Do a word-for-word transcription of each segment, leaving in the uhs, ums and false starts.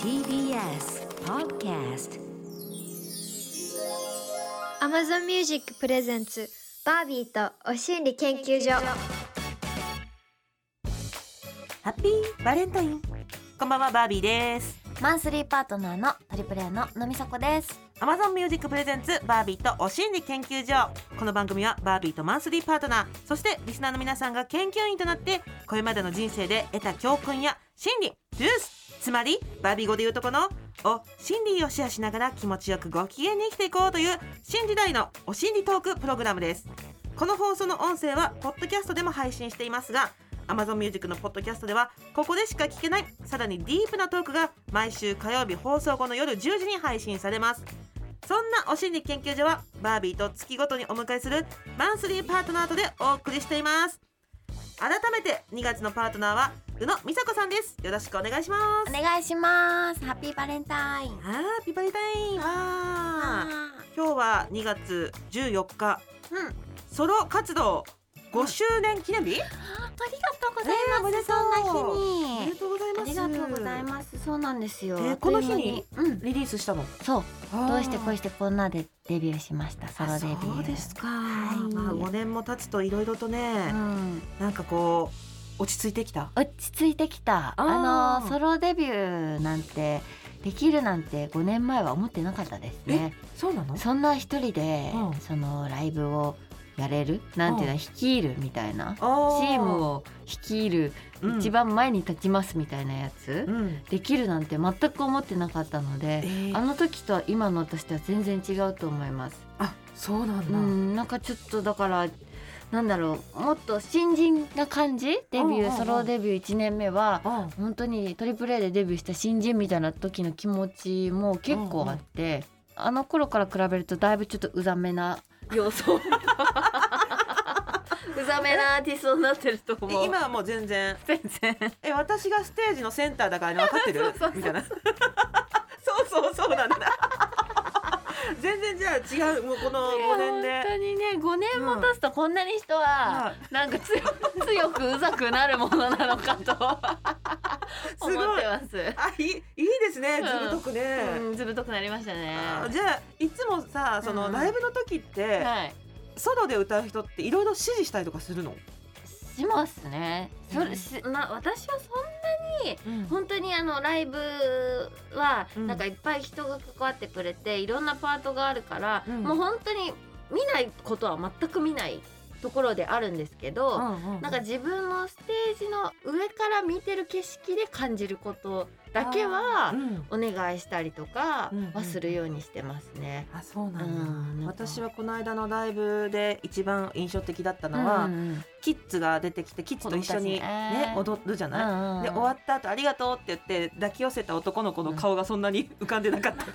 ティービーエス Podcast Amazon Music プレゼンツバービーとお心理研究所。 ハッピーバレンタイン。こんばんは、バービーです。 マンスリーパートナーのトリプル A ののみそこです。 Amazon Music プレゼンツバービーとお心理研究所。この番組はバービーとマンスリーパートナー、そしてリスナーの皆さんが研究員となってこれまでの人生で得た教訓や心理、トゥース、つまりバービー語で言うとこのお心理をシェアしながら気持ちよくご機嫌に生きていこうという新時代のお心理トークプログラムです。この放送の音声はポッドキャストでも配信していますが、 Amazon Music のポッドキャストではここでしか聞けないさらにディープなトークが毎週火曜日放送後の夜じゅうじに配信されます。そんなお心理研究所はバービーと月ごとにお迎えするマンスリーパートナーとでお送りしています。改めてにがつのパートナーは宇野美佐子さんです。よろしくお願いします。 お願いします。ハッピーバレンタイン。 ハッピーバレンタイン。あ今日はにがつじゅうよっか、 うん、 ソロ活動ごしゅうねん記念日、 ありがとうございます、えー、そんな日にありがとうございます。 ありがとうございます。そうなんですよ、 えー、この日にうんリリースしたの。 そうどうしてこうしてこんなでデビューしました。ソロデビュー。 そうですか、 はいまあ、ごねんも経つといろいろとね、 うん、 なんかこう落ち着いてきた。 落ち着いてきた。あのソロデビューなんてできるなんてごねんまえは思ってなかったですね。 えそうなの？ そんな一人で、 うん、 そのライブをやれるなんていうの、率いるみたいな、チあーームを率いる、 うん、 一番前に立ちますみたいなやつ、 うん、 できるなんて全く思ってなかったので、 えー、 あの時と今の私とは全然違うと思います。 あそうなんだ、 うん、なんかちょっとだからなんだろう、もっと新人な感じ。デビューソロデビューいちねんめは本当にトリプル A でデビューした新人みたいな時の気持ちも結構あって、あの頃から比べるとだいぶちょっとうざめな要素うざめなアーティストになってると思う。 今はもう全然全然え私がステージのセンターだから、ね、分かってるそうそうそうみたいなそうそうそうなんだ全然じゃあ違う。もうこのごねんで本当にねごねんも経つとこんなに人はなんか強強くうざくなるものなのかと思ってます。 あいい、いいですね、ずぶとくね、 うん、ずぶとくなりましたね。 あじゃあいつもさそのライブの時って、 うんはい、 ソロで歌う人っていろいろ指示したりとかするの？ しますね。それし、まあ、私はそんなに、うん、本当にあのライブはなんかいっぱい人が関わってくれて、うん、いろんなパートがあるから、うん、もう本当に見ないことは全く見ないところであるんですけど、うんうんうん、なんか自分のステージの上から見てる景色で感じることだけはお願いしたりとかはするようにしてますね。 うんうん、あそうなんだ、うん、私はこの間のライブで一番印象的だったのは、うんうん、キッズが出てきてキッズと一緒に、ね、踊るじゃない、うんうん、で終わった後ありがとうって言って抱き寄せた男の子の顔がそんなに浮かんでなかった、うん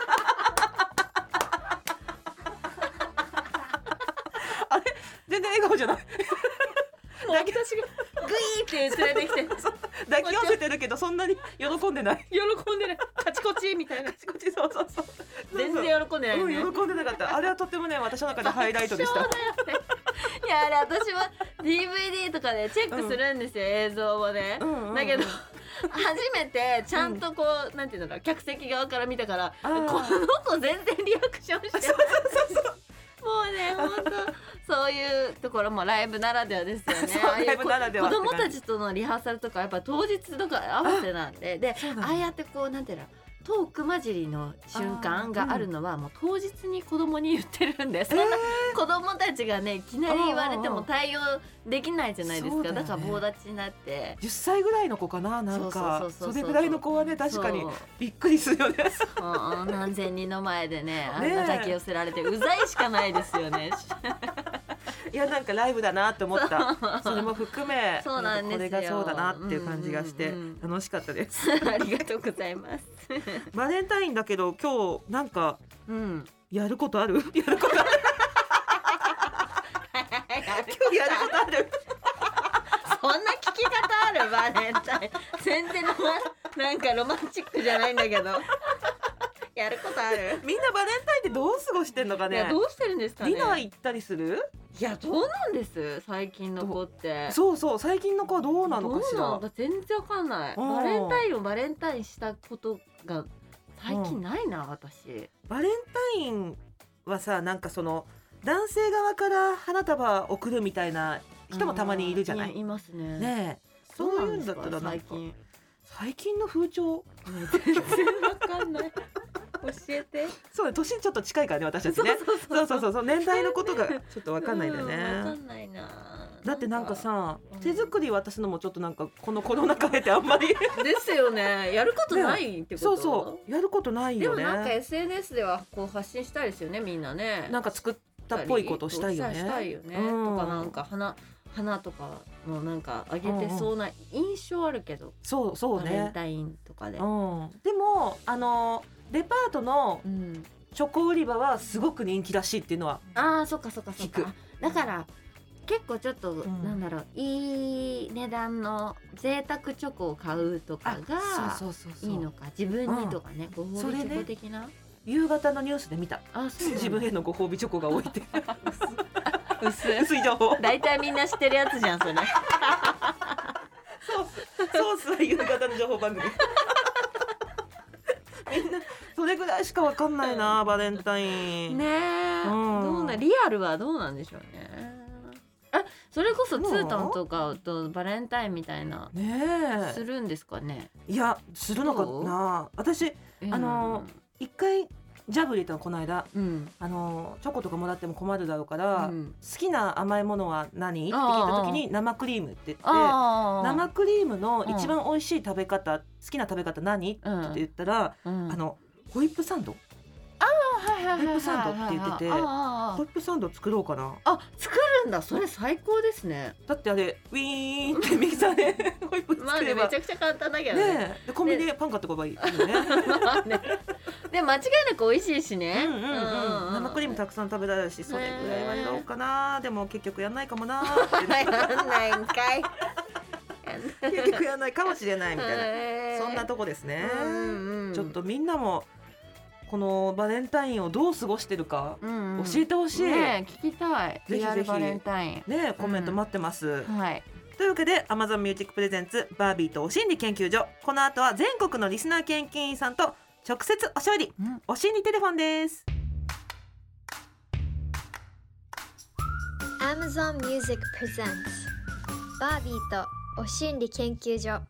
あれ全然笑顔じゃない抱き私がグイーって連れてきて抱き寄せてるけどそんなに喜んでない喜んでないカチコチみたいなカチコチそうそうそう全然喜んでないね、 うん、喜んでなかった。あれはとってもね私の中でハイライトでした。 いやあれ私は ディーブイディー とかでチェックするんですよ、うん、映像をね、うんうんうん、だけど初めてちゃんとこう、うん、なんていうのか客席側から見たからこの子全然リアクションしてない。そうそうそうもうね本当そういうところもライブならではですよね。 ライブならでは子供たちとのリハーサルとかやっぱ当日とか合わせなんで、でああやってこうなんていうのトーク混じりの瞬間があるのはもう当日に子供に言ってるんで、そんな子供たちがねいきなり言われても対応できないじゃないですか。 だ, だから棒立ちになってじゅっさいぐらいの子かな、なんかそれぐらいの子はね確かにびっくりするよね。 そう何千人の前でねあんな抱き寄せられてうざいしかないですよねいやなんかライブだなって思った。 そ, それも含めそうなんですよ、 これがそうだなっていう感じがして楽しかったです、 うんうんうん、ありがとうございますバレンタインだけど今日なんか、 うん、 やることある？やることある今日やることあるそんな聞き方ある？バレンタイン全然なんかロマンチックじゃないんだけどやることある？ みんなバレンタインってどう過ごしてんのかね。 いやどうしてるんですかね。 ディナー行ったりする？ いやどうなんです最近の子って。 そうそう最近の子はどうなのかしら。 どうなのか全然わかんない。バレンタインをバレンタインしたことが最近ないな、うん、私。 バレンタインはさなんかその男性側から花束送るみたいな人もたまにいるじゃない。 い, いますね。 ねえそういうんだったらなんか最近最近の風潮全然わかんない。教えて。 そうね年ちょっと近いからね私たちね。そうそうそうそう年代のことがちょっとわかんないんだよね。 わかんないな。 だってなんかさ手作り渡すのもちょっとなんかこのコロナ禍であんまりですよね。やることないってこと。 そうそうやることないよね。 でもなんか エスエヌエス ではこう発信したいですよねみんなね。 なんか作ったっぽいことしたいよね。 したいよね、うん、とかなんか花花とかもなんかあげてそうな印象あるけど、うん、 そうそうねバレンタインとかで、 うん、でもあのデパートのチョコ売り場はすごく人気らしいっていうのは聞く。 あーそっかそっかそっか。だから結構ちょっと、うん、なんだろういい値段の贅沢チョコを買うとかがいいのか自分にとかね、うん、ご褒美チョコ的な、ね、 夕方のニュースで見た。あそう自分へのご褒美チョコが置いて薄い薄い情報大体みんな知ってるやつじゃんそれ。 そうソースは夕方の情報番組みんなそれぐらいしかわかんないなバレンタインねえ、うん、どうなリアルはどうなんでしょうね。あそれこそツートンとかとバレンタインみたいなねするんですかね。 いやするのかな。私、うん、あの一回ジャブリーとこの間、うん、あのチョコとかもらっても困るだろうから、うん、好きな甘いものは何って聞いた時に生クリームって言って生クリームの一番美味しい食べ方、うん、好きな食べ方何って言ったら、うん、あのホイップサンドホイップサンドって言っててホイップサンド作ろうかな。 あ作るんだそれ最高ですね。 だってあれウィーンってミキサーでホイップ作れば、 まあね、めちゃくちゃ簡単だけどね。 ねでコンビニでパン買ってこればいいよね。 まあねで間違いなく美味しいしね、うんうんうんうん、生クリームたくさん食べられるしそれぐらいはやろうかな。でも結局やんないかもなやんないんかい結局やんないかもしれないみたいなそんなとこですね、うんうん、ちょっとみんなもこのバレンタインをどう過ごしてるか教えてほしい、うんうんね、聞きたい。 ぜひぜひリアルバレンタインねコメント待ってます、 うんはい、 というわけで Amazon Music Presents バービーとお心理研究所この後は全国のリスナー研究員さんと直接おしゃべり、うん、お心理テレフォンです。 Amazon Music Presents バービーとお心理研究所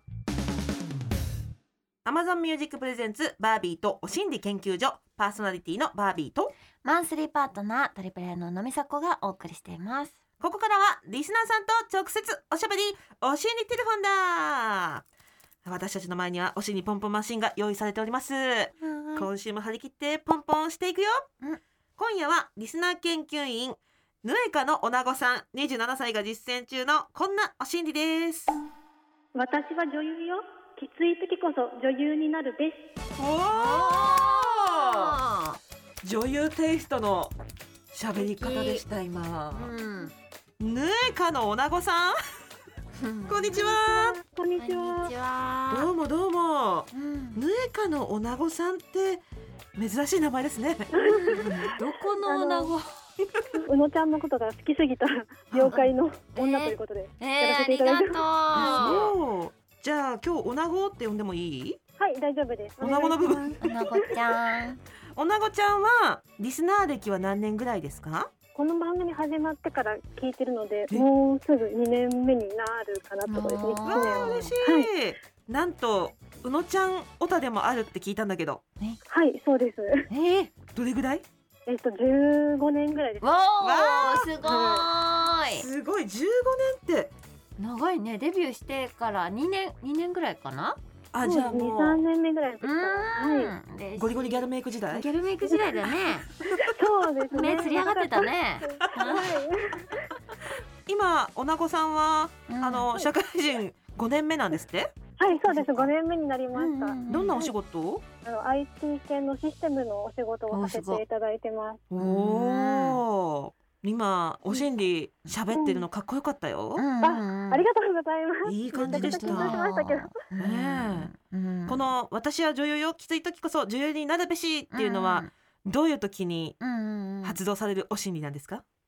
Amazon Music Presents バービーとお心理研究所パーソナリティのバービーとマンスリーパートナートリプル A ののみさこがお送りしています。 ここからはリスナーさんと直接おしゃべりお心理テレフォンだ。私たちの前にはお心理ポンポンマシンが用意されております。今週も張り切ってポンポンしていくよ、うん、今夜はリスナー研究員ヌエカのおなごさんにじゅうななさいが実践中のこんなお心理です。 私は女優よ。きつい時こそ女優になるべし。 おー女優テイストの喋り方でした今、うん、ヌエカのおなごさんこんにちは。 こんにちは。 どうもどうも、うん、ヌエカのおなごさんって珍しい名前ですねどこのおなごうのちゃんのことが好きすぎた妖怪の女ということでやらせていただいてます、 えー、そうじゃあ今日おなごって呼んでもいい？ はい大丈夫です。 おなごの部分おなごちゃんおなごちゃんはリスナー歴は何年ぐらいですか？ この番組始まってから聞いてるのでもうすぐにねんめになるかなとこですね。 わあ嬉しい、はい、なんとうのちゃんオタでもあるって聞いたんだけど。 はいそうです。 えー、どれぐらい？ えっとじゅうごねんぐらいです。 わーすごーいすごいじゅうごねんって長いね。デビューしてからにねんにねんぐらいかな。 あじゃあもう にさんねんめぐらいですか。 はい、ゴリゴリギャルメイク時代ギャルメイク時代だねそうですね目つり上がってたね今おなごさんは、うん、あの社会人ごねんめなんですって。 はいそうですごねんめになりました、うんうんうん、 どんなお仕事？ あの アイティー 系のシステムのお仕事をさせていただいてます。 おー今お心理喋ってるのかっこよかったよ、 うん、あ, ありがとうございます。 いい感じでした。緊張しましたけど、ねえ、うん、この私は女優よきつい時こそ女優になるべしっていうのは、うん、どういう時に発動されるお心理なんですか？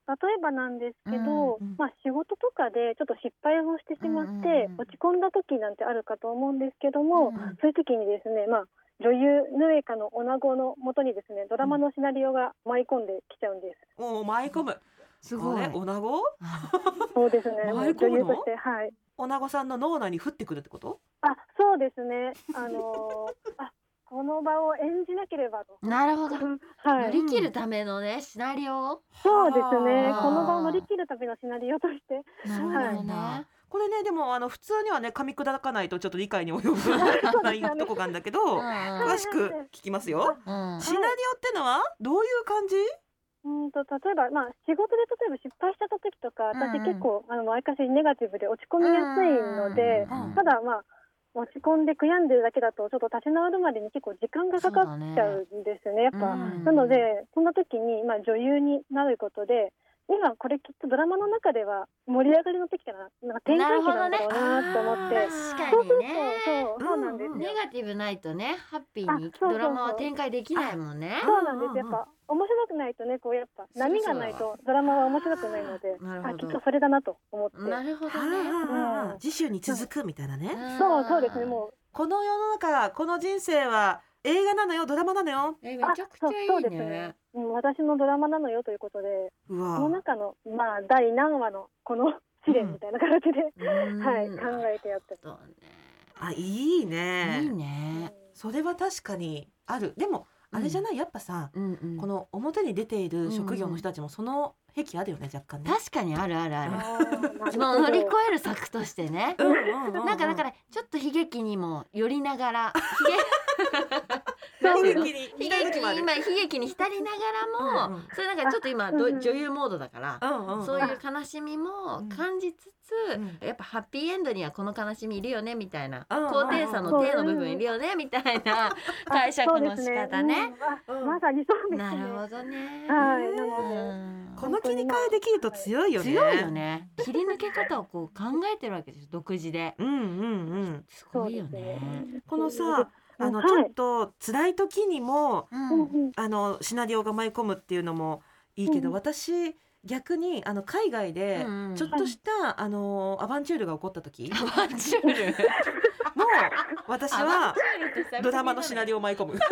例えばなんですけど、 うんまあ、仕事とかでちょっと失敗をしてしまって、 うんうんうん落ち込んだ時なんてあるかと思うんですけども、 うんそういう時にですね、まあ、女優ヌエカの女子の元にですねドラマのシナリオが舞い込んできちゃうんです。 おお、舞い込む。 すごい。 これ女子？ そうですね、 舞い込むの女優として、はい、 女子さんの脳内に降ってくるってこと？ あ、そうですね、あのーあ、この場を演じなければとなるほど。 はい、 乗り切るためのねシナリオ。 そうですね、 はあこの場を乗り切るためのシナリオとしてなるほはいどね。 これね、でもあの普通にはね噛み砕かないとちょっと理解に及ぶないとこがあるんだけど、詳しく聞きますよ。 うんうんシナリオってのはどういう感じ？ うんと例えば、まあ、仕事で例えば失敗しちゃった時とか、私結構、あのわりかしネガティブで落ち込みやすいので、 うんうんただまあ落ち込んで悔やんでるだけだとちょっと立ち直るまでに結構時間がかかっちゃうんですね、やっぱ、 うんなのでそんな時に、まあ、女優になることで今これきっとドラマの中では盛り上がりの時からなんか転換期なんだろうなと思って、 確そうそうかにね。 そうそうなんですよ、 ネガティブないとねハッピーにあそうそうそうドラマは展開できないもんね。 そうなんですやっぱ面白くないとねこうやっぱ波がないとドラマは面白くないので、 なるほどあきっとそれだなと思って、 なるほどはね。 あはあ次週に続くみたいなね。 そうそうですね、もうこの世の中、この人生は映画なのよ、ドラマなのよ。 えめちゃくちゃいそういですねね。 うん、私のドラマなのよということで、 うこのわ。 中のまあ第何話のこの試練みたいな形で、 うんはい考えてやってそうあ、いいね。いいね。 ね。 それは確かにある。でもあれじゃない、やっぱさ、 うんうん。 この表に出ている職業の人たちもその癖あるよね、若干ね。 確かにあるあるある。 あーなるほどその乗り越える策としてね。 うんうんうんうんなんかだからちょっと悲劇にも寄りながら悲悲劇劇に悲劇に今悲劇に浸りながらも、 うんうんそれなんかちょっと今どうんうん女優モードだから、 うんうんうんそういう悲しみも感じつつ、 うんやっぱハッピーエンドにはこの悲しみいるよねみたいな、 うんうんうん高低差の低の部分いるよねみたいな解釈の仕方ね。 そうですね、うんあうんまさにそうですね。 なるほどね。 はい、なので、 うんこの切り替えできると強いよね。 強いよね。切り抜け方をこう考えてるわけですよ独自で。 うんうんうん。 すごいよね。 このさ、あのはいちょっと辛い時にもうんうんうんあのシナリオが舞い込むっていうのもいいけど、 うん私逆にあの海外でうんうんちょっとした、あのアバンチュールが起こった時もアバンチュール。 私はドラマのシナリオを舞い込む。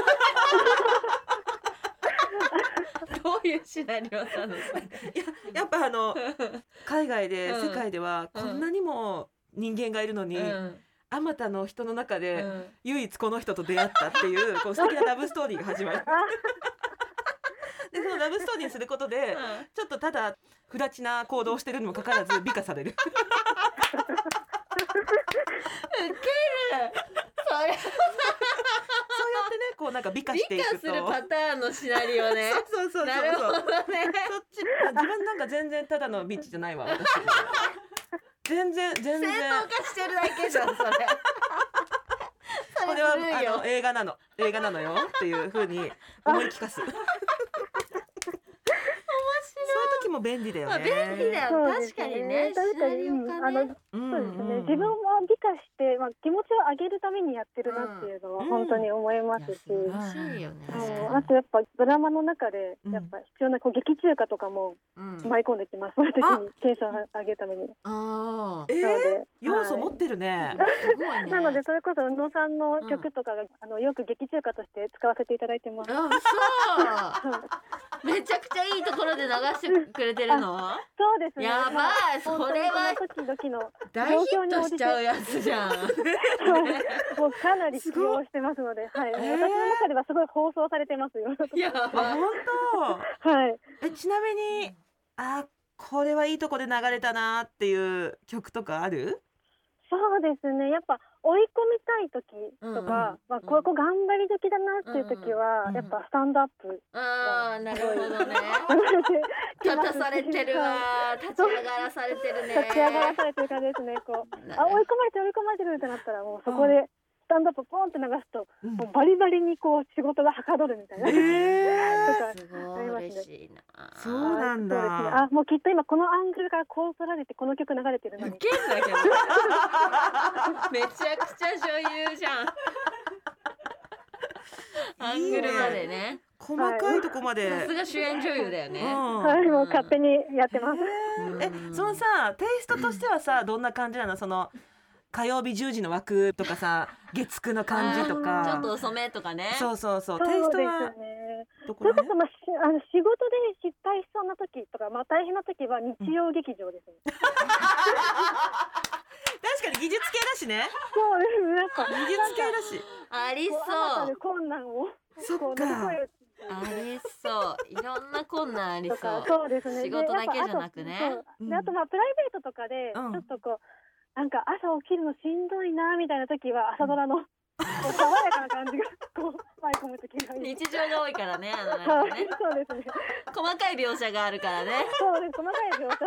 どういうシナリオなの？ いややっぱあの海外で、 うん世界ではこんなにも人間がいるのに、あまたの人の中で唯一この人と出会ったっていう、こう素敵なラブストーリーが始まる。でそのラブストーリーにすることで、ちょっとただ不埒な行動をしてるにもかかわらず美化される。 それそうやってね、こうなんか美化してい美化くと。 するパターンのシナリオね。 そうそうそうそう。 なるほどね。 そっち、自分なんか全然ただのビッチじゃないわ、私。全然全正然。 当化してるだけじゃんそれ。 これはそれずるいよあの映画なの、映画なのよっていう風に思い聞かす。そういう時も便利だよね。 まあ便利だよ。 そう確ですねかにね。 確かにシナリオうん化ね。 あのうんそうですね、 うん自分は美化して、まあ、気持ちを上げるためにやってるなっていうのは本当に思いますし、 いや素晴らしいよね。 うんあとやっぱドラマの中でうんやっぱ必要なこう劇中歌とかもうん。 舞い込んできます、そういう時にテンション上げるために。 ああ。 えーなので要素持ってるね。 すごいね。 なのでそれこそ宇野さんの曲とかが、あのよく劇中歌として使わせていただいてます。 あ、嘘。めちゃくちゃいいところで流してくれてるの？ そうですね。 やばいまあそれは本当にその時々の大ヒットしちゃうやつじゃん。 もうかなり起用してますので、はい。 えー私の中ではすごい放送されてますよ。 やあ、 ばい。 本はい。 当。え、ちなみに、あ、これはいいとこで流れたなっていう曲とかある？ そうですね。やっぱ追い込みたい時とか、まあここ頑張り時だなっていう時は、 うんやっぱスタンドアップ。 ああ、なるほどね。 立立たされてるわ。立ち上がらされてるね。 立ち上がらされてる感じですね。こう、 ねあ、追い込まれてる追い込まれてるってなったらもうそこでスタンドアップポンって流すと、 うんもうバリバリにこう仕事がはかどるみたいな。 えーとかすごい嬉しいな。 そうなんだそうですね。あ、もうきっと今このアングルからこう撮られてこの曲流れてるのに。 ウケんだけど。めちゃくちゃ女優じゃん。アングルまでね。 こ細かいとこまで、 さすが主演女優だよね、 うん、 はい、もう勝手にやってます。 え、そのさテイストとしてはさどんな感じなの？その火曜日じゅうじの枠とかさ月くの感じとかちょっと遅めとかね。 そうそうそう、 そうテイストですはね。 どこそれこそ、 ら辺？ まあ、しあの仕事で失敗しそうな時とか、まあ、大変な時は日曜劇場ですね。 確かに技術系だしね。 そうですね。やっぱ技術系だし。 ありこうあまたそうの困難をそっこう乗りか。 越えるありそういろんな困難ありそうとか、そうですね。 仕事だけじゃなくね。 でやっぱあとそうであとまあプライベートとかでちうんょっとこう、なんか朝起きるのしんどいなみたいな時は朝ドラの、こう爽やかな感じがこう舞い込む時がいい。 日常が多いからね、あのなんかねはい、そうですね。 細かい描写があるからね。 そうです。細かい描写。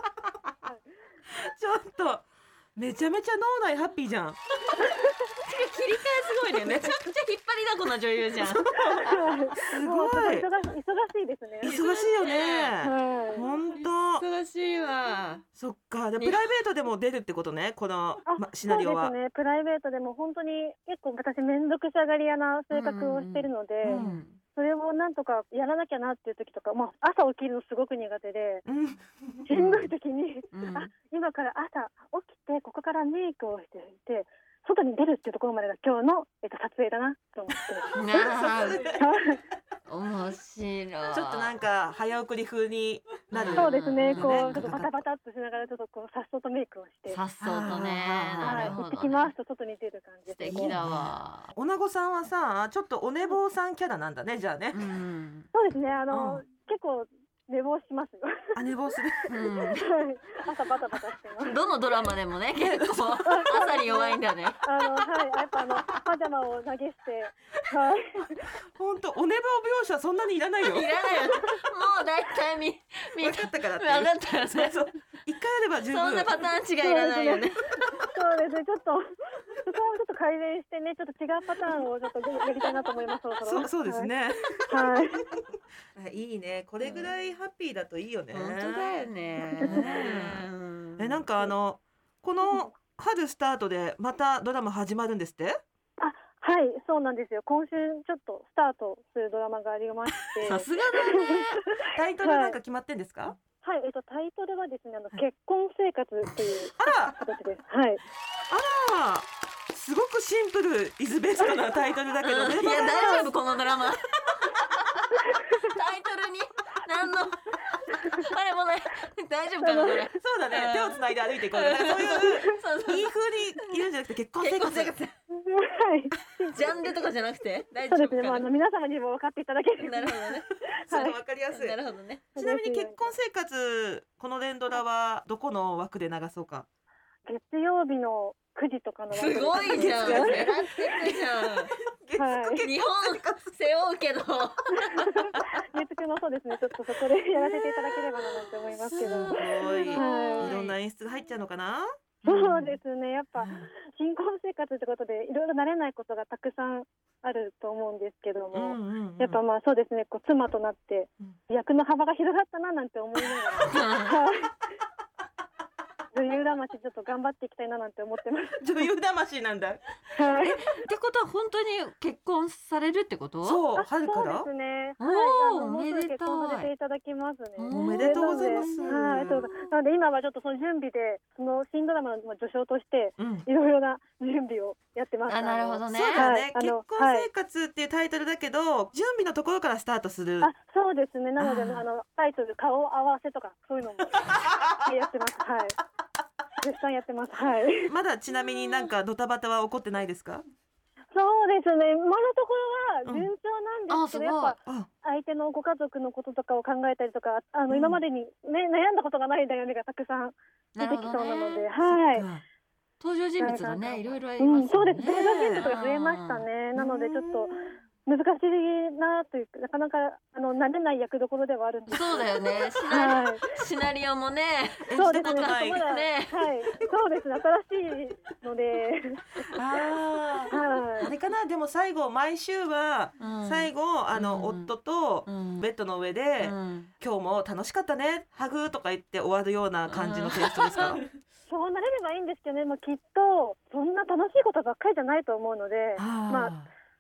ちょっとめちゃめちゃ脳内ハッピーじゃん。 切り替えすごいね。めちゃくちゃ引っ張りだこの女優じゃん。 すもうごいちょっと忙し忙しいですね。 忙しいよね。 はい。 本当。 忙しいわ。 そっか。でプライベートでも出るってことね。この、 あ、 ま、シナリオは。 そうですね。プライベートでも本当に結構私面倒くさがり屋な性格をしてるので、 うんそれをなんとかやらなきゃなっていう時とか、まあ朝起きるのすごく苦手で、 うん。 しんどい時に、 うんあ、今から朝起きてここからメイクをしていて外に出るっていうところまでが今日の、えっと、撮影だなと思って。 なあ、 はい面白い。 ちょっとなんか早送り風になる。 そうですね。こうねちょっとバタバタっとしながらちょっとこうさっそうとメイクをして、 さっそうとね。 あーはい、 なるほどね。 行ってきますと外に出る感じ素で。 敵だわ。 おなごさんはさ、ちょっとお寝坊さんキャラなんだね。じゃあねう。ん。 そうですね。あの、 うん結構寝坊しますよ。 あ、寝坊する。 うん。 はい、朝バタバタしてます。 どのドラマでもね、結構朝に弱いんだね。 あのはい、やっぱあのパジャマを投げして、はい、 本当お寝坊描写そんなにいらないよ。 いらないよ。もう大体みみんな分かったからって。 分かったよね。 そうそう。一回あれば十分。 そんなパターン違いいらないよね。 そうですね。ちょっとそこをちょっと改善してね、ちょっと違うパターンをちょっとやりたいなと思います。そろそろそうそうです。ね。 はい。はいあいいね。これぐらいハッピーだといいよね。 本当だよね。 え、なんかあのこの春スタートでまたドラマ始まるんですって？ あ、はい、そうなんですよ。今週ちょっとスタートするドラマがありまして、 さすがだね。 タイトルなんか決まってんですか？ はい、えっとタイトルはですね、あの結婚生活っていうあら、 形です。はい。 あら、すごくシンプルイズベストなタイトルだけどね。 いや大丈夫このドラマ。タイトルに何のあれもない。大丈夫かなこれ。 そうだね。手をつないで歩いていこうよ。なんかそういうそうそう。 いい風に言うんじゃなくて結婚生活。 結婚生活。 はい。 ジャンルとかじゃなくて大そうですね。まあ、あ丈夫かな。 の皆様にも分かっていただける。 なるほどね。 それわかりやすい。 なるほどね。 ちなみに結婚生活この連ドラはどこの枠で流そうか。 月曜日のくじとかの。 すごいじゃん。狙ってるじゃん。 はい。 日本背負うけど。 月九のそうですね。ちょっとそこでやらせていただければななんて思いますけど。 すごい。いはいろんな演出が入っちゃうのかな。 そうですね。やっぱ新婚生活ってことでいろいろ慣れないことがたくさんあると思うんですけども、やっぱまあそうですね。こう妻となって役の幅が広がったななんて思いながら、はい女優魂ちょっと頑張っていきたいななんて思ってます。 女優魂なんだ。 はい。 ってことは本当に結婚されるってこと？ そう、 あ、 春からそうですね。 おーはい、あのもうすぐおめでたい結婚させていただきますね。 おめでとうございますはい、そうだ。なので今はちょっとその準備でその新ドラマの序章としてうん。 いろいろな準備をやってます。 あ、なるほどね。 そうだよね、 はいあの結婚生活っていうタイトルだけど、準備のところからスタートする。 あ、そうですね。なのであーあのタイトル顔合わせとかそういうのもはいやってます。はい。絶賛やってます。はい。 まだちなみになんかドタバタは起こってないですか？ そうですね。今のところはうん順調なんですけど、 あすごいやっぱあ、 相手のご家族のこととかを考えたりとか、あの、 うん今までに、ね、悩んだことがない悩みがたくさん出てきそうなので、はい。 そっか登場人物がね、いろいろいうん、 ますよね。 そうです。登場人物が増えましたね。なのでちょっと難しいなというか、なかなかあの慣れない役どころではあるんですけど。 そうだよね。シナリはい。 シナリオもね。 そうですね。 演じたことないまだねはい。そうですね。新しいので、 あーはい。 あれかな。でも最後毎週はうん最後あのうん夫とうんベッドの上でうん今日も楽しかったねハグとか言って終わるような感じのテイストですか？ そうなれればいいんですけどね。まあきっとそんな楽しいことばっかりじゃないと思うので、まあ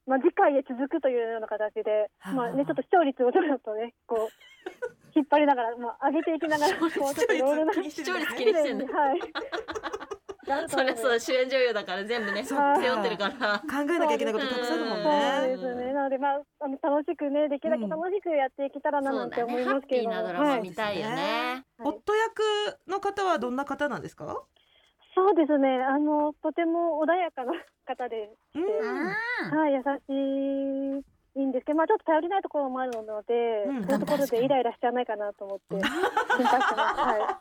まあ、次回へ続くというような形で、まあね、ちょっと視聴率をちょっとねこう引っ張りながら、まあ、上げていきながらこうちょっといろいろな視聴率気にしてんの、 はいそれそう主演女優だから全部ね背負ってるから考えなきゃいけないことたくさんあるもんね。 そうですね。なのでまああの楽しくねできるだけ楽しくやっていけたらななんて思いますけれども、 ハッピーなドラマ見たいよね。 夫役の方はどんな方なんですか？ そうですね。あのとても穏やかな方でして、はい、優しい。いいんですけど、まあちょっと頼りないところもあるので、うん、そういうところでイライラしちゃわないかなと思って心配してます。はい。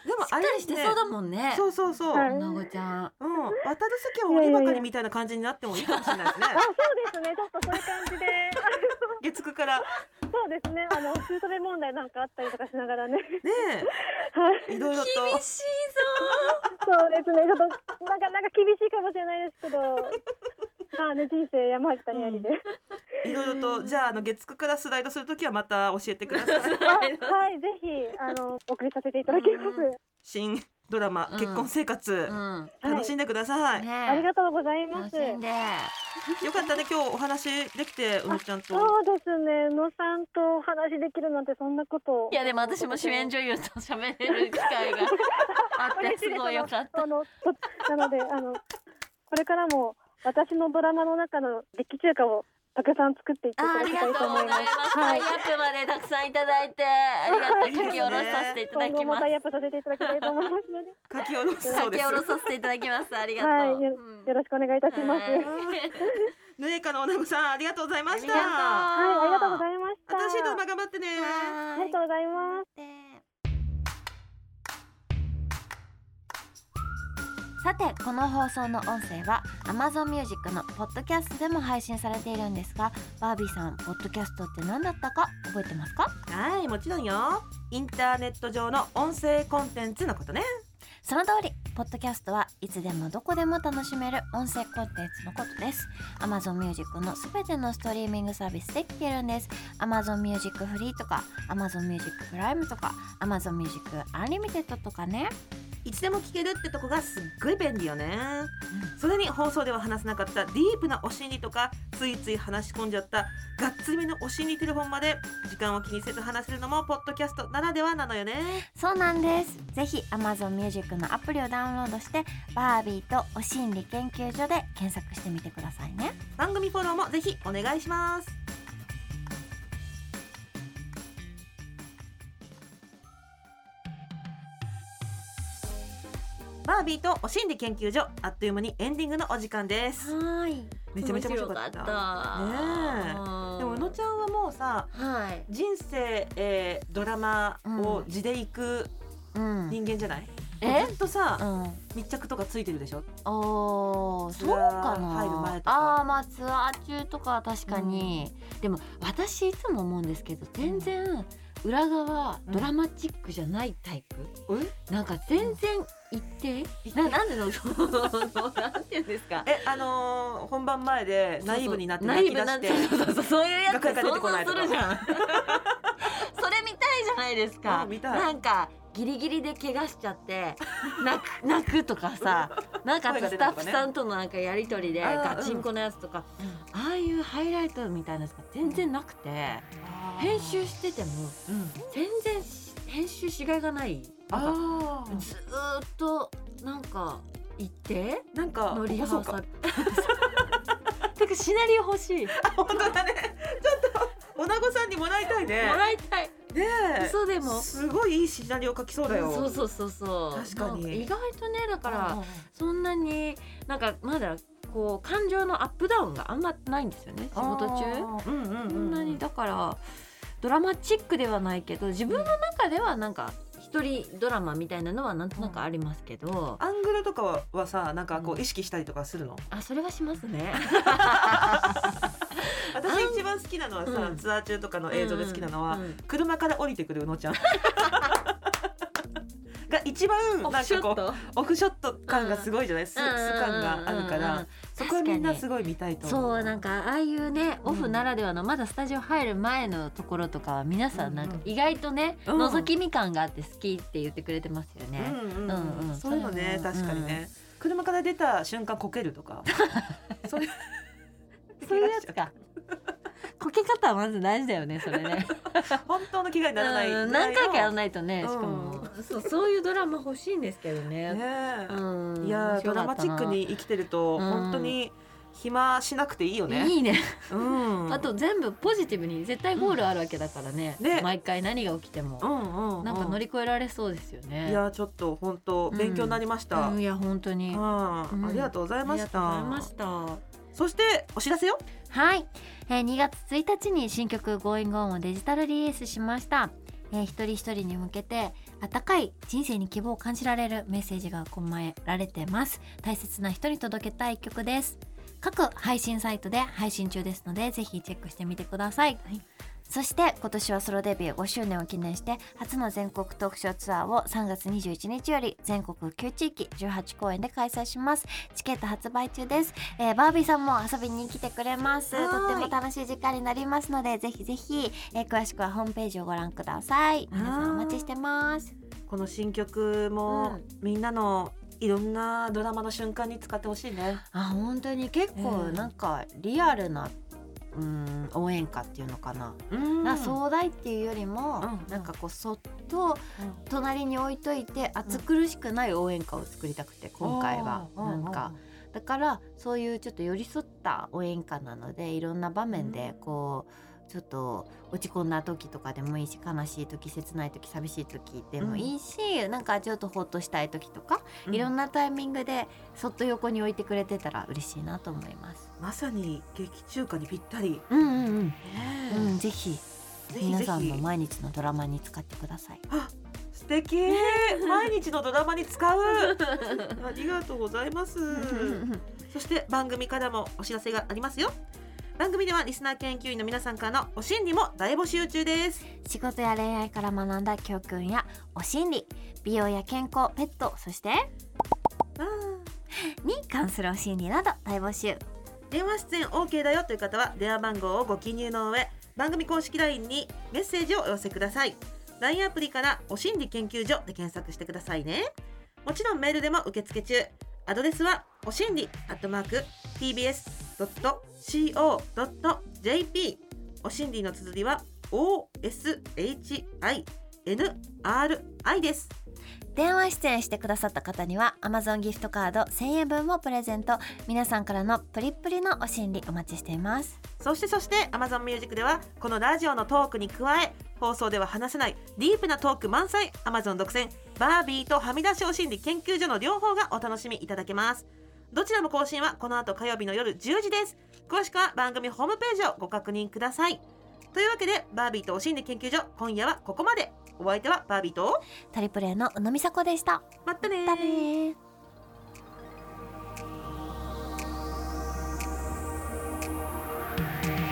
でもあれしてそうだもんね。 そうそうそう。 なごちゃん。 うん。渡る席は鬼ばかりみたいな感じになってもいいかもしれないですね。 あ、そうですね。ちょっとそういう感じで。 月9から。 そうですね。あの中トレ問題なんかあったりとかしながらね。ねえ。はい。いろいろと。 厳しいぞ。 そうですね。ちょっとなかなか厳しいかもしれないですけど。まあね、人生山あり谷ありで、 うん、いろいろとじゃあ、あの月9からスライドするときはまた教えてください。 はい、ぜひあの送りさせていただきます。 新ドラマ、うん、結婚生活、うん、楽しんでください、 はいね、ありがとうございます。 よかったね、今日お話できて、うのちゃんと。 そうですね、うのさんとお話できるなんてそんなこと。 いやでも私も主演女優と喋れる機会があってすごいよかった。 あのなのであのこれからも私のドラマの中の劇中歌をたくさん作っていっていただきたいと思います。 タイアップまでたくさんいただいて、ありがとう。書き下ろさせていただきます。 タイアップさせていただきたいと思いますので。 書き下ろすそうです。 書き下ろさせていただきます。ありがとう。 はい、よろしくお願いいたします。 ぬえかのおなごさん、ありがとうございました。 はい、ありがとうございました。 新しいドラマ頑張ってね。 ありがとうございます。 さてこの放送の音声は Amazon Music のポッドキャストでも配信されているんですが、バービーさん、ポッドキャストって何だったか覚えてますか？ はい、もちろんよ。インターネット上の音声コンテンツのことね。 その通り、ポッドキャストはいつでもどこでも楽しめる音声コンテンツのことです。 Amazon Music のすべてのストリーミングサービスで聞けるんです。 Amazon Music フリーとか Amazon Music プライムとか Amazon Music Unlimited とかね、 いつでも聞けるってとこがすっごい便利よね、うん、それに放送では話せなかったディープなお心理とか、ついつい話し込んじゃったがっつりめのお心理テレフォンまで時間を気にせず話せるのもポッドキャストならではなのよね。 そうなんです。ぜひ Amazon Music のアプリをダウンロードしてバービーとお心理研究所で検索してみてくださいね。 番組フォローもぜひお願いします。バービーとお心理研究所、あっという間にエンディングのお時間です。 はい。 めちゃめちゃ面白かった。ねえ。でもうのちゃんはもうさ、はい、人生、えー、ドラマを地で行く人間じゃない？うん、ずっとさ、うん、密着とかついてるでしょ？ ああ、そうかな。 入る前とか。 ああ、まあツアー中とか確かに。うん、でも私いつも思うんですけど、全然。うん裏側ドラマチックじゃないタイプ、うん、なんか全然一定、うん、な, なんでのなんていうんですか、 えあのー、本番前でナイーブになって泣き出してそうそうそうそういうやつ想像するじゃんそれ見たいじゃないですか。 見たい。 なんかギリギリで怪我しちゃって泣く泣くとかさ、なんかスタッフさんとのなんかやり取りでガチンコのやつとか、うん、ああいうハイライトみたいなやつが全然なくて、編集してても、うん、全然編集しがいがない。なんかずーっとなんか言ってなんかのリハーサルてかシナリオ欲しい。 あ、本当だね。ちょっとおなごさんにもらいたいね。 もらいたい。 ねえ、 そうでもすごいいいシナリオ書きそうだよ。 そうそうそうそう。 確かに。 意外とね、だからそんなになんかまだこう感情のアップダウンがあんまないんですよね、仕事中。うんうんうん、そんなにだからドラマチックではないけど、自分の中ではなんか一人ドラマみたいなのはなんとなくありますけど、 アングルとか は, はさ、なんかこう意識したりとかするの？ あ、それはしますね。 私一番好きなのはさ、うん、ツアー中とかの映像で好きなのは、うんうん、車から降りてくるうのちゃんが一番なんかこうオフショット感がすごいじゃない、ス, ス感があるから、そこはみんなすごい見たいと思う。 そう、なんかああいうね、オフならではの、まだスタジオ入る前のところとかは皆さんなんか意外とね、うんうん、覗き見感があって好きって言ってくれてますよね。 そういうのね、確かにね、うん、車から出た瞬間こけるとかそれそそういうやつかこけ方はまず大事だよねそれね本当の怪我にならない、 うん、何回かやらないとね、 うん、 しかもそう、そういうドラマ欲しいんですけどね。 ね、 うん、 いやドラマチックに生きてると、うん、本当に暇しなくていいよね。 いいね、 うん、 あと全部ポジティブに絶対ゴールあるわけだからね、うん、ね毎回何が起きても、うんうんうん、なんか乗り越えられそうですよね。 いやちょっと本当勉強になりました、 うんうん、いや本当に、 うん、ありがとうございました。 ありがとうございました。 そしてお知らせよ。 はい、えー、にがつついたちに新曲 Going On をデジタルリリースしました。えー、一人一人に向けて温かい人生に希望を感じられるメッセージが込められてます。大切な人に届けたい曲です。各配信サイトで配信中ですのでぜひチェックしてみてください、はい、そして今年はソロデビューごしゅうねんを記念して初の全国トークショーツアーをさんがつにじゅういちにちより全国きゅう地域じゅうはちこうえんで開催します。チケット発売中です、えー、バービーさんも遊びに来てくれます。とっても楽しい時間になりますのでぜひぜひ、えー、詳しくはホームページをご覧ください。皆さんお待ちしてます。 この新曲も、うん、みんなのいろんなドラマの瞬間に使ってほしいね。 あ本当に結構なんかリアルな、うん、応援歌っていうのかな、うん、な壮大っていうよりも、うん、なんかこうそっと隣に置いといて、うん、暑苦しくない応援歌を作りたくて今回は、うん、なんかだからそういうちょっと寄り添った応援歌なのでいろんな場面でこう、うんちょっと落ち込んだ時とかでもいいし悲しい時切ない時寂しい時でもいいし、うん、なんかちょっとほっとしたい時とか、うん、いろんなタイミングでそっと横に置いてくれてたら嬉しいなと思います。 まさに劇中歌にぴったり。 うんうんうん、うん、ぜひ皆さんの毎日のドラマに使ってください。 あ素敵毎日のドラマに使うありがとうございますそして番組からもお知らせがありますよ。番組ではリスナー研究員の皆さんからのお心理も大募集中です。 仕事や恋愛から学んだ教訓やお心理、美容や健康、ペット、そしてに関するお心理など大募集。 電話出演 オーケー だよという方は電話番号をご記入の上番組公式 ライン にメッセージをお寄せください。 ライン アプリからお心理研究所で検索してくださいね。もちろんメールでも受付中。アドレスはおしんり アットマーク ティービーエス ドット シーオー ドット ジェーピー おしんりの綴りは オーエスエイチアイエヌアールアイ です。 電話出演してくださった方には Amazon ギフトカードせんえんぶんをプレゼント。皆さんからのプリップリのお心理お待ちしています。 そしてそして Amazon ミュージックではこのラジオのトークに加え放送では話せないディープなトーク満載 Amazon 独占バービーとはみ出しお心理研究所の両方がお楽しみいただけます。どちらも更新はこの後火曜日の夜じゅうじです。詳しくは番組ホームページをご確認ください。というわけでバービーとお心理研究所今夜はここまで。お相手はバービーとトリプル A の宇野美佐子でした。 まったねー。 またねー。